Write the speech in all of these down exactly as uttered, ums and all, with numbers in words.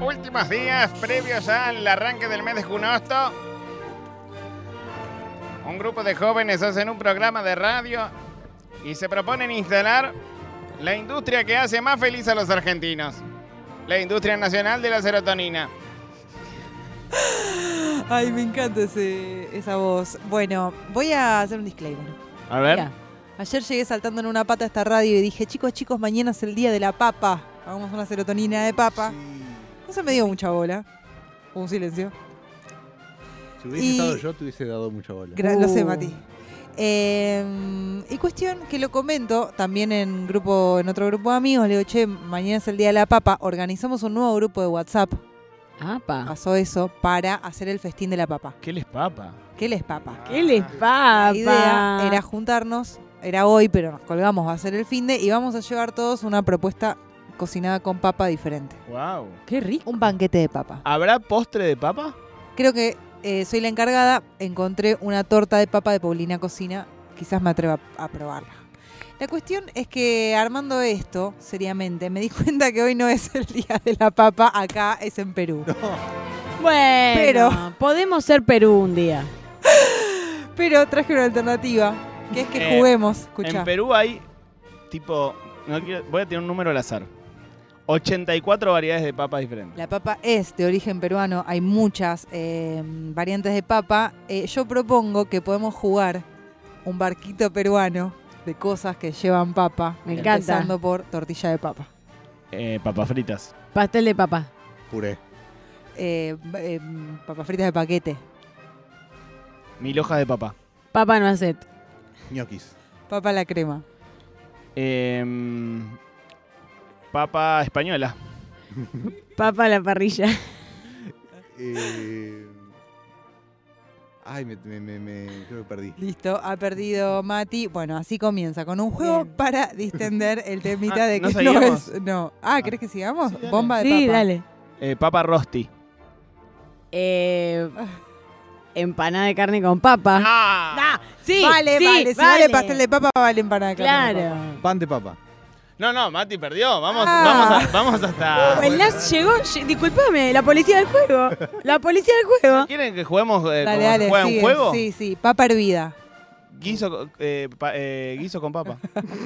últimos días previos al arranque del mes de Junosto, un grupo de jóvenes hacen un programa de radio y se proponen instalar la industria que hace más feliz a los argentinos, la industria nacional de la serotonina. Ay, me encanta ese, esa voz. Bueno, voy a hacer un disclaimer. A ver. Mira, ayer llegué saltando en una pata a esta radio y dije, chicos, chicos, mañana es el día de la papa. Hagamos una serotonina de papa. No se me dio mucha bola. Hubo un silencio. Si hubiese Y- estado yo, te hubiese dado mucha bola. Gra- Lo sé, Uh. Mati. Eh, y cuestión que lo comento también en grupo, en otro grupo de amigos. Le digo, che, mañana es el día de la papa. Organizamos un nuevo grupo de WhatsApp. Apa. Pasó eso para hacer el festín de la papa. ¿Qué les papa? ¿Qué les papa? ¿Qué les papa? La idea era juntarnos, era hoy, pero nos colgamos, va a ser el finde, y vamos a llevar todos una propuesta cocinada con papa diferente. Wow. Qué rico. Un banquete de papa. ¿Habrá postre de papa? Creo que eh, soy la encargada, encontré una torta de papa de Paulina Cocina, quizás me atreva a probarla. La cuestión es que armando esto, seriamente, me di cuenta que hoy no es el día de la papa, acá es en Perú. Bueno, Pero- podemos ser Perú un día. Pero traje una alternativa, que es que Eh, juguemos, escuchá. En Perú hay, tipo, no quiero- voy a tirar un número al azar. ochenta y cuatro variedades de papas diferentes. La papa es de origen peruano, hay muchas eh, variantes de papa. Eh, yo propongo que podemos jugar un barquito peruano de cosas que llevan papa. Me encanta. Empezando por tortilla de papa. Eh, papas fritas. Pastel de papa. Puré. Eh, eh, papas fritas de paquete. Mil hojas de papa. Papa no hacet. Ñoquis. Papa a la crema. Em, papa española. Papa a la parrilla. Eh... Ay, me, me, me, me- creo que perdí. Listo, ha perdido Mati. Bueno, así comienza, con un juego Bien. para distender el temita Ah, de ¿no que no seguimos? es... No. Ah, ¿querés que sigamos? Sí, dale. Bomba de Sí, papa. dale. Eh, papa rosti. Eh, empanada de carne con papa. ¡Ah! Ah, sí, Vale, sí, vale. Si vale pastel de papa, vale empanada de carne con Claro. papa. Pan de papa. No, no, Mati perdió. Vamos, Ah. vamos, a- vamos hasta. El Nas llegó, lle- disculpame, la policía del juego. La policía del juego. ¿Quieren que juguemos eh, Dale, como se dale, juega un sigue. juego? Sí, sí, papa hervida. Guiso, eh, pa- eh, guiso con papa.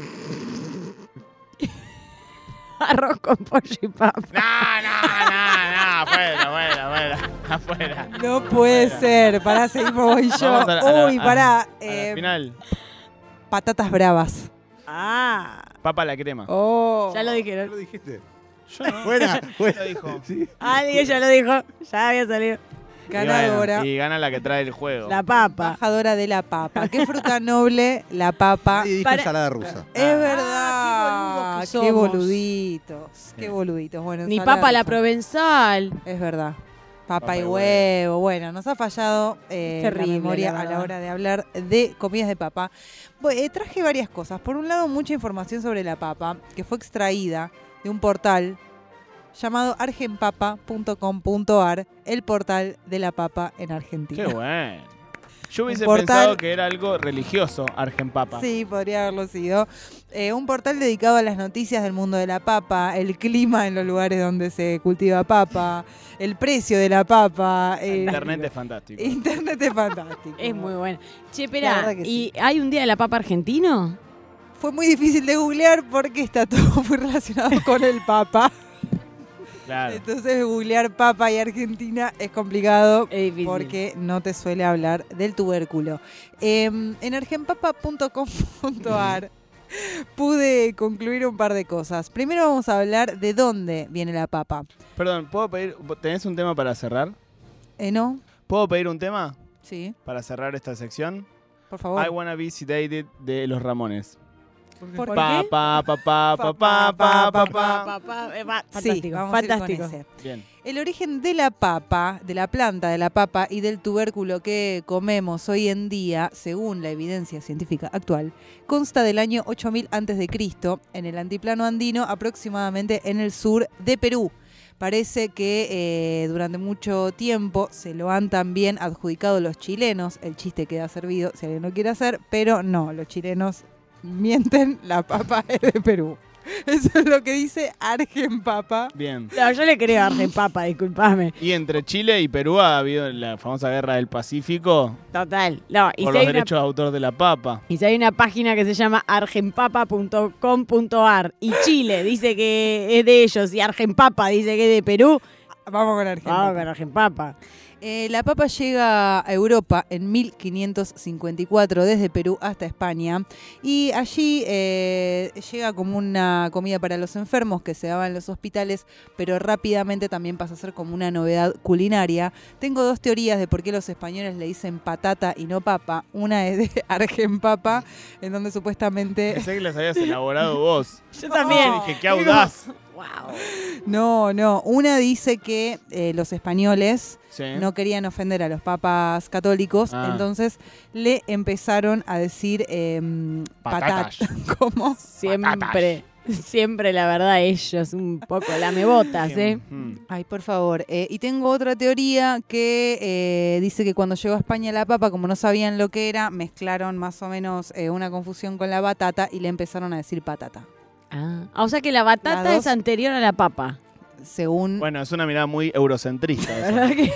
Arroz con pollo y papa. No, no, no, no. Afuera, afuera, afuera. Afuera. No puede Bueno. ser. Pará, seguimos voy yo. Vamos a la- a la- Uy, a- pará. Al eh, final, patatas bravas. Ah, papa a la crema. Oh. ya lo ¿Qué dijeron. lo dijiste? Yo no. Buena, ¿Quién buena. lo dijo? Sí. Alguien ya lo dijo. Ya había salido. Y Ganadora. bueno, Y gana la que trae el juego. La papa. Embajadora de la papa. ¿Qué fruta noble? La papa. Nadie dijo Para- ensalada rusa. Es Ah, verdad. qué boludos que Qué somos. boluditos. Qué boluditos. Bueno, Ni ensalada papa a la rusa. provenzal. Es verdad. Papa, Papa y y huevo. Bueno, nos ha fallado eh, Terrible, la memoria la a la verdad. hora de hablar de comidas de papa. Bueno, eh, traje varias cosas. Por un lado, mucha información sobre la papa, que fue extraída de un portal llamado argenpapa punto com punto ar, el portal de la papa en Argentina. Qué bueno. Yo hubiese portal- pensado que era algo religioso, Argenpapa. Sí, podría haberlo sido. Eh, un portal dedicado a las noticias del mundo de la papa, el clima en los lugares donde se cultiva papa, el precio de la papa. eh, Internet es fantástico. Internet es fantástico. Es muy buena. Che, La espera, verdad que ¿y hay un día de la papa argentino? Fue muy difícil de googlear porque está todo muy relacionado con el papa. Claro. Entonces googlear papa y Argentina es complicado. Es difícil. Porque no te suele hablar del tubérculo. Eh, en argenpapa punto com punto ar pude concluir un par de cosas. Primero vamos a hablar de dónde viene la papa. Perdón, ¿puedo pedir? ¿Tenés un tema para cerrar? ¿Eh, no? ¿Puedo pedir un tema Sí, para cerrar esta sección? por favor. I Wanna Be Sedated de Los Ramones. ¿Por Pa, qué? pa, pa, pa, pa, pa, pa, pa, pa. Papá, eh, va- Sí, fantástico, vamos a ir con fantástico. ese. Bien. El origen de la papa, de la planta de la papa y del tubérculo que comemos hoy en día, según la evidencia científica actual, consta del año ocho mil antes de Cristo en el antiplano andino, aproximadamente en el sur de Perú. Parece que eh, durante mucho tiempo se lo han también adjudicado los chilenos. El chiste queda servido si alguien no quiere hacer, pero no, los chilenos mienten, la papa es de Perú. Eso es lo que dice Argenpapa. Bien. No, yo le creo a Argenpapa, disculpame. Y entre Chile y Perú ha habido la famosa guerra del Pacífico Total. No, y por si, los hay una, derechos de autor de la papa. y si hay una página que se llama argenpapa punto com punto ar y Chile dice que es de ellos y Argenpapa dice que es de Perú, Vamos con Argenpapa. vamos con Argenpapa. Eh, la papa llega a Europa en mil quinientos cincuenta y cuatro desde Perú hasta España y allí eh, llega como una comida para los enfermos que se daba en los hospitales, pero rápidamente también pasa a ser como una novedad culinaria. Tengo dos teorías de por qué los españoles le dicen patata y no papa. Una es de Argenpapa, en donde supuestamente... Pensé que las habías elaborado vos. Yo también. Yo dije, qué audaz. Wow. No, no. Una dice que eh, los españoles... Sí. no querían ofender a los papas católicos, Ah. entonces le empezaron a decir eh, Patatas. patat. ¿Cómo? Siempre, siempre la verdad ellos un poco lamebotas, ¿eh? Mm. Ay, por favor. Eh, y tengo otra teoría que eh, dice que cuando llegó a España la papa, como no sabían lo que era, mezclaron más o menos eh, una confusión con la batata y le empezaron a decir patata. Ah, o sea que la batata Las dos- es anterior a la papa. Según... Bueno, Bueno, es una mirada muy eurocentrista. eso. ¿Verdad que?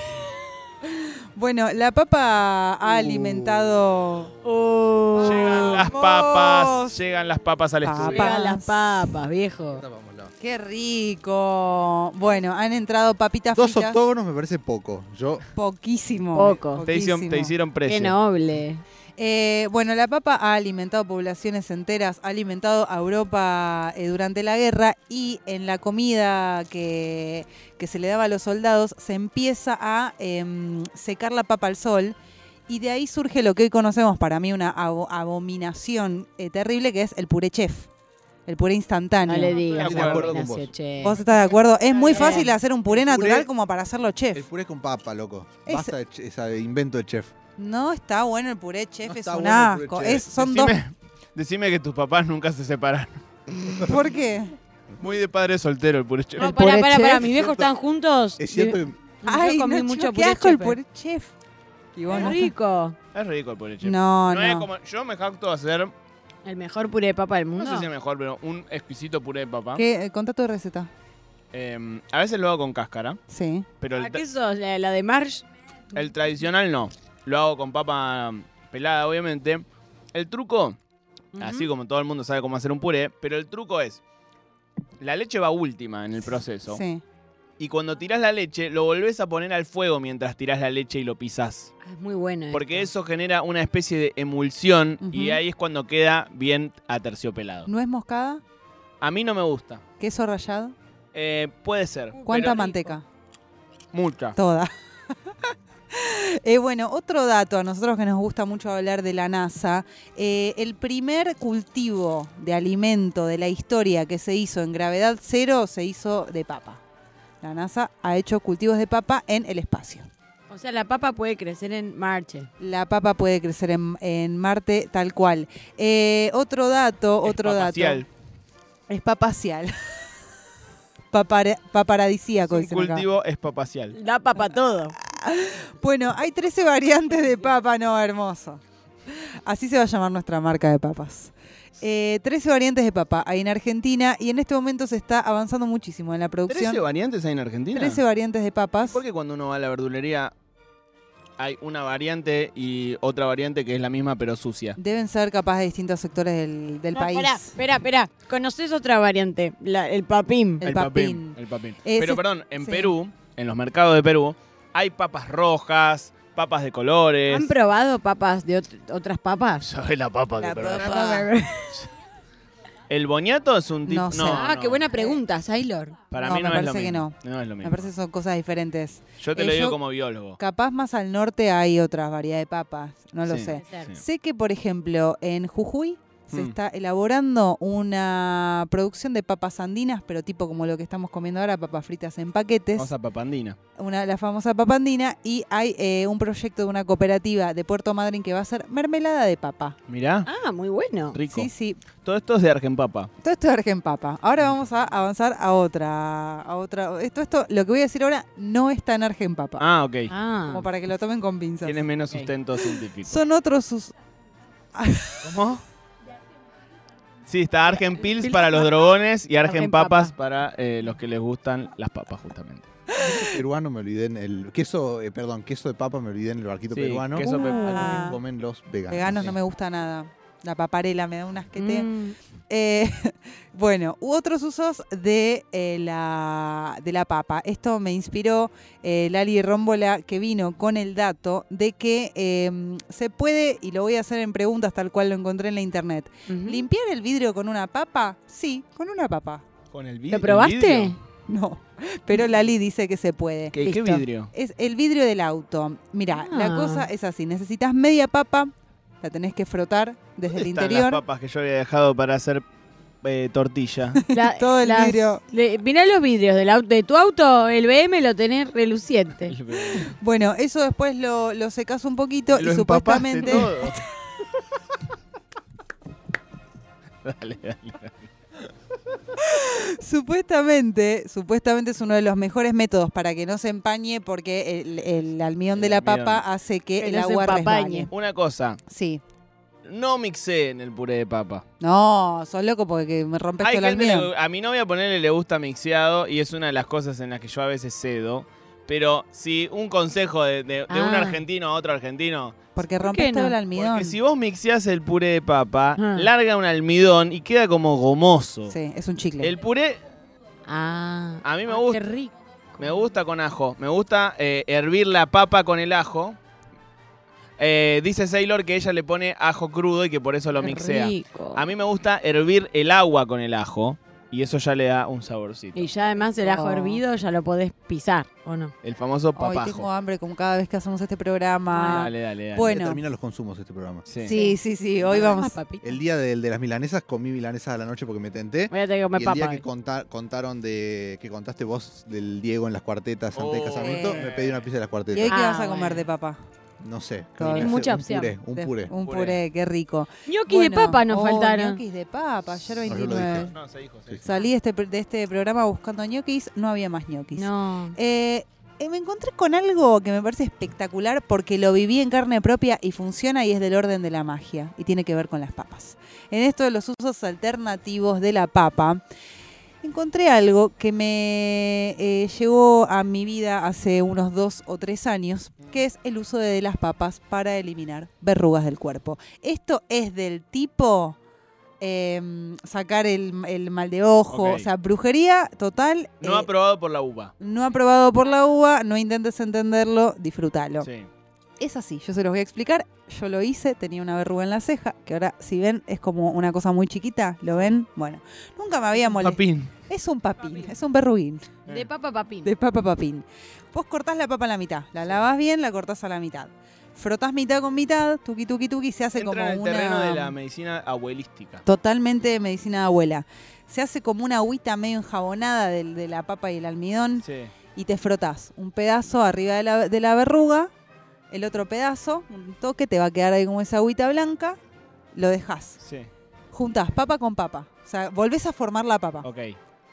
la papa ha alimentado... Llegan las Vamos. papas, llegan las papas al Papas. estudio. Llegan las papas, viejo. Tapámoslo. ¡Qué rico! Bueno, han entrado papitas Dos fritas. octógonos me parece poco. Yo, Poquísimo. Poco. Te hicieron, te poquísimo. hicieron Qué precio. noble. Eh, bueno, la papa ha alimentado poblaciones enteras, ha alimentado a Europa eh, durante la guerra y en la comida que, que se le daba a los soldados se empieza a em, secar la papa al sol y de ahí surge lo que hoy conocemos, para mí una abo- abominación eh, terrible, que es el puré chef, el puré instantáneo. No le digas. Estoy de acuerdo con Ignacio, vos. che. ¿Vos estás de acuerdo? Es muy bien. fácil hacer un puré El puré- natural como para hacerlo el chef. puré con papa, loco. Es- Basta de ch- ese invento de chef. No está bueno el puré chef, No es está un bueno el puré asco. chef. Es, son dos... Decime, decime que tus papás nunca se separaron. ¿Por qué? Muy de padre soltero el pure chef. No, El pará, puré pará, pará. chef. Mis viejos están juntos. Es cierto que Yo Ay, comí Nacho, mucho qué puré asco el chef. puré chef. Y vos Qué no- rico. Es rico el pure chef. No, No es no. como, yo me jacto de hacer, El mejor puré de papa del no mundo. sé si es mejor, pero un exquisito puré de papa. ¿Qué? Eh, Contá tu receta. Eh, a veces lo hago con cáscara, Sí. pero ¿A el, Ah, qué sos? ¿La, la de Marsh? el tradicional no. Lo hago con papa pelada, obviamente. El truco, así como todo el mundo sabe cómo hacer un puré, pero el truco es, la leche va última en el proceso. Sí. Y cuando tirás la leche, lo volvés a poner al fuego mientras tirás la leche y lo pisás. Ah, es muy buena. Porque esto. eso genera una especie de emulsión y Ujú. ahí es cuando queda bien aterciopelado. ¿Nuez moscada? A mí no me gusta. ¿Queso rallado? Eh, puede ser. ¿Cuánta pero manteca? Mucha. Toda. Eh, bueno, otro dato, a nosotros que nos gusta mucho hablar de la NASA, eh, el primer cultivo de alimento de la historia que se hizo en gravedad cero se hizo de papa. La NASA ha hecho cultivos de papa en el espacio. O sea, la papa puede crecer en Marche. La papa puede crecer en, en Marte tal cual. Eh, otro dato, otro Espacial. dato. Es papacial. Papara- paparadisíaco, Un dicen acá. cultivo espacial. Da papa todo. Bueno, hay trece variantes de papa, no, hermoso. Así se va a llamar nuestra marca de papas. Eh, trece variantes de papa hay en Argentina y en este momento se está avanzando muchísimo en la producción. ¿trece variantes hay en Argentina? trece variantes de papas. ¿Por qué cuando uno va a la verdulería hay una variante y otra variante que es la misma pero sucia? Deben ser capaz de distintos sectores del, del No, país. Espera, espera, espera. ¿Conoces otra variante? La- el papín. El papín. El papín. Eh, Pero se- perdón, en sí. Perú, en los mercados de Perú, hay papas rojas, papas de colores. ¿Han probado papas de ot- otras papas? ¿Sabes la papa La que probé? papa. ¿El boñato es un tipo? No sé. ah, no. qué buena pregunta, Sailor. Para No, mí no me es lo parece que mismo. no. es lo Me mismo. parece que son cosas diferentes. Yo te Eh, lo digo yo- como biólogo. Capaz más al norte hay otras variedades de papas, no lo Sí. sé. Puede ser. Sí. Sé que, por ejemplo, en Jujuy se Mm. está elaborando una producción de papas andinas, pero tipo como lo que estamos comiendo ahora, papas fritas en paquetes, Vamos a papandina. una, la famosa papa andina, y hay eh, un proyecto de una cooperativa de Puerto Madryn que va a hacer mermelada de papa. Mirá, Ah, muy bueno. rico. Sí, sí, Todo esto es de Argenpapa. todo esto es Argenpapa. Ahora vamos a avanzar a otra, a otra. Esto, esto, lo que voy a decir ahora no está en Argenpapa, Ah, ok. Ah. como para que lo tomen con pinzas. Tiene menos Ok. sustento científico. Son otros sus... ¿Cómo? Sí, está Argen Pils para los drogones y Argen Argen Papas Papa. para eh, los que les gustan las papas, justamente. Peruano me olvidé en el queso, eh, perdón, queso de papa me olvidé en el barquito Sí, peruano. queso pe- Algo Ah. que comen los veganos. Veganos Sí. no me gusta nada. La paparela me da un asquete. Mm. Eh, bueno, u otros usos de, eh, la, de la papa. Esto me inspiró eh, Lali Rómbola, que vino con el dato de que eh, se puede, y lo voy a hacer en preguntas tal cual lo encontré en la internet, Ujú. ¿limpiar el vidrio con una papa? Sí, con una papa. ¿Con el vi- ¿Lo el probaste? vidrio? No, pero Lali dice que se puede. ¿Qué, qué Listo. vidrio? Es el vidrio del auto. Mira, la Ah. cosa es así. Necesitas media papa, la tenés que frotar desde el ¿Dónde están interior. las papas que yo había dejado para hacer eh, tortilla? La- Todo el vidrio. le- mirá los vidrios del auto, de tu auto, el B M lo tenés reluciente. Bueno, eso después lo, lo secas un poquito Lo y empapaste supuestamente. todo. dale, dale. Supuestamente, supuestamente es uno de los mejores métodos para que no se empañe porque el, el almidón El de la almidón. papa hace que Que el no se agua empapañe. resbale. Una cosa, Sí. no mixé en el puré de papa. No, sos loco porque me rompes Hay todo el gente almidón. que- a mi novia ponerle le gusta mixeado y es una de las cosas en las que yo a veces cedo. Pero si un consejo de, de- de un Ah. argentino a otro argentino, Porque ¿Por rompes qué todo no? el almidón. porque si vos mixeás el puré de papa, Ah. larga un almidón y queda como gomoso. Sí, es un chicle. El puré Ah, A mí me ah, gusta. Qué rico. me gusta con ajo. Me gusta eh, hervir la papa con el ajo. Eh, dice Sailor que ella le pone ajo crudo y que por eso lo Qué mixea. rico. A mí me gusta hervir el agua con el ajo y eso ya le da un saborcito. Y ya además el ajo Oh. hervido ya lo podés pisar, ¿o no? El famoso Hoy papajo. tengo hambre como cada vez que hacemos este programa. Dale, dale, dale. Bueno. Ya terminan los consumos este programa. Sí. Sí, sí, sí. Hoy ¿Más vamos. papita? El día del- de, las milanesas comí milanesas a la noche porque me tenté. Voy a tener que Y comer el día papa. que hoy. conta- contaron de que contaste vos del Diego en las cuartetas antes de Oh. casamiento, Sí. me pedí una pizza de las ¿Y cuartetas. hoy qué Ah, vas a comer bueno. de papa? No sé. Todo creo que bien. hace Mucha un opción. Puré, un De- puré. Un Puré. puré, qué rico. Ñoquis de Bueno, papa nos oh, faltaron. ñoquis de papa, ayer No, yo lo veintinueve. dije. No, se dijo, se dijo. Salí de este, de este programa buscando ñoquis, no había más ñoquis. No. Eh, eh, me encontré con algo que me parece espectacular porque lo viví en carne propia y funciona y es del orden de la magia y tiene que ver con las papas. En esto de los usos alternativos de la papa, encontré algo que me eh, llegó a mi vida hace unos dos o tres años, que es el uso de las papas para eliminar verrugas del cuerpo. Esto es del tipo eh, sacar el, el mal de ojo, Ok. o sea, brujería total. No eh, aprobado por la uva. no aprobado por la uva, no intentes entenderlo, disfrútalo. Sí. Es así, yo se los voy a explicar. Yo lo hice, tenía una verruga en la ceja, que ahora, si ven, es como una cosa muy chiquita. ¿Lo ven? Bueno, nunca me había molestado. Papín. Es un papín, es un verruguín. De papa papín. De papa papín. Vos cortás la papa a la mitad, la lavás bien, la cortás a la mitad. Frotás mitad con mitad, tuqui tuqui tuqui, se hace Entra como en el una... terreno de la medicina abuelística. Totalmente de medicina de abuela. Se hace como una agüita medio enjabonada del- de, la papa y el almidón Sí. y te frotás un pedazo arriba de la, de la verruga, el otro pedazo, un toque, te va a quedar ahí como esa agüita blanca, lo dejás. Sí. Juntás papa con papa. O sea, volvés a formar la papa. Ok.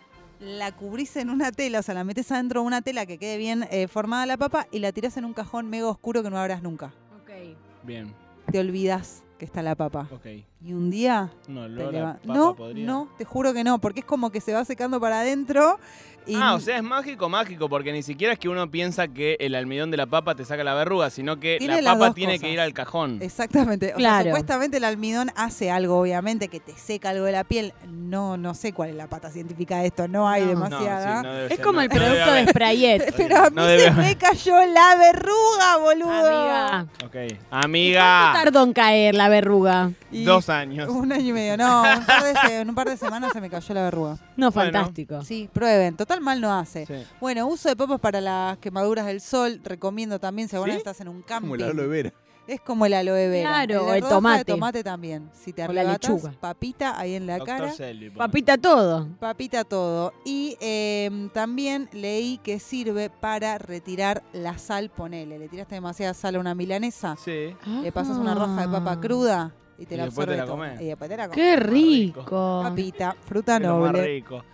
La cubrís en una tela, o sea, la metés adentro de una tela que quede bien eh, formada la papa y la tirás en un cajón mega oscuro que no abras nunca. Ok. Bien. Te olvidás que está la papa. Ok. Y un día Un te olor a leva- papa No, podrida. no, te juro que no, porque es como que se va secando para adentro. Y Ah, o sea, es mágico, mágico, porque ni siquiera es que uno piensa que el almidón de la papa te saca la verruga, sino que Tiene la las papa dos tiene cosas. que ir al cajón. Exactamente. O Claro. sea, supuestamente el almidón hace algo, obviamente, que te seca algo de la piel. No, no sé cuál es la pata científica de esto, no hay No. demasiada. No, sí, no debe Es ser, como no- el no debe producto de haber. Sprayet. Pero a mí No debe se haber. me cayó la verruga, boludo. Amiga. Ok. ¿Cuánto Amiga. tardó en caer la verruga? Y Dos años. Un año y medio. No, un par de se- en un par de semanas se me cayó la verruga. No, Bueno. fantástico. Sí, prueben. Total mal no hace. Sí. Bueno, uso de papas para las quemaduras del sol. Recomiendo también si alguna ¿Sí? vez estás en un camping. Como el aloe vera. Es como el aloe vera. Claro, de o el rodaja tomate. de tomate también. Si te O la arrebatas, lechuga. papita ahí en la Doctor cara. Selby, pone. Papita todo. Papita todo. Y eh, también leí que sirve para retirar la sal, ponele. Le tiraste demasiada sal a una milanesa, Sí. le pasas una roja de papa cruda y te Y la después te absorbe la todo. comés. Y después te la comes. Qué rico. rico. Papita, fruta Es lo más noble. rico.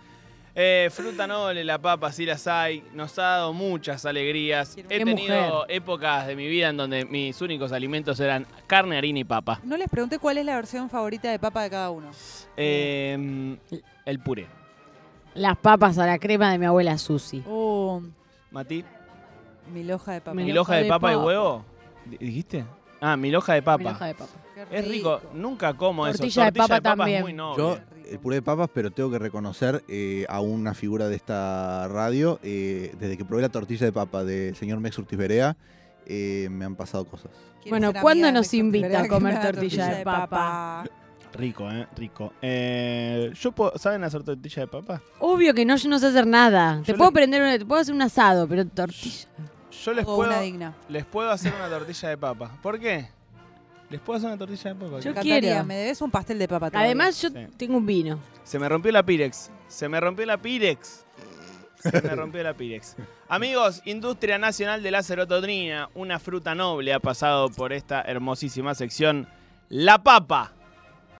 Eh, fruta noble, la papa, sí las hay. Nos ha dado muchas alegrías. He Qué tenido mujer. épocas de mi vida en donde mis únicos alimentos eran carne, harina y papa. No les pregunté cuál es la versión favorita de papa de cada uno. Eh, el puré. Las papas a la crema de mi abuela Susi. Oh, Mati, mi loja de papa. Mi ¿mil hoja hojas de de papa y papa. huevo? ¿D- ¿Dijiste? Ah, mil hojas de papa. Mi hoja de papa. Qué Es rico. Nunca como eso. Tortilla de papa es también. muy noble. Yo, el puré de papas, pero tengo que reconocer eh, a una figura de esta radio. eh, desde que probé la tortilla de papa del señor Mex Urtiz Berea, eh, me han pasado cosas. Quiero Bueno, ser ¿cuándo amiga de nos Mex Urtiz invita Berea a que comer me haga tortilla de papa? Rico, ¿eh? Rico. Eh, yo puedo- ¿Saben hacer tortilla de papa? Obvio que no, yo no sé hacer nada. Te Yo puedo le- prender una- te puedo hacer un asado, pero tortilla. Yo les O puedo, una digna. les puedo hacer una tortilla de papa. ¿Por qué? Les puedo hacer una tortilla de papa. Yo Me ¿qué? encantaría. quiero. Me debes un pastel de papa todavía. Además, yo Sí. tengo un vino. Se me rompió la Pirex. Se me rompió la Pirex. Se me rompió la Pirex. Amigos, Industria Nacional de la Serotonina, una fruta noble, ha pasado por esta hermosísima sección. La papa.